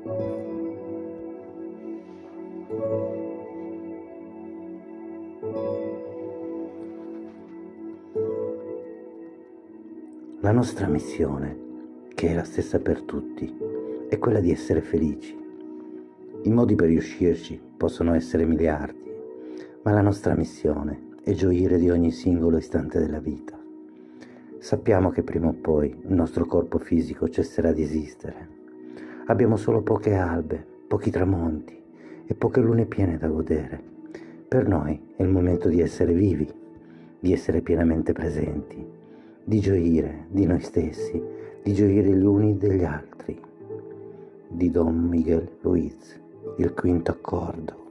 La nostra missione, che è la stessa per tutti, è quella di essere felici. I modi per riuscirci possono essere miliardi, ma la nostra missione è gioire di ogni singolo istante della vita. Sappiamo che prima o poi il nostro corpo fisico cesserà di esistere. Abbiamo solo poche albe, pochi tramonti e poche lune piene da godere. Per noi è il momento di essere vivi, di essere pienamente presenti, di gioire di noi stessi, di gioire gli uni degli altri. Di Don Miguel Ruiz, il quinto accordo.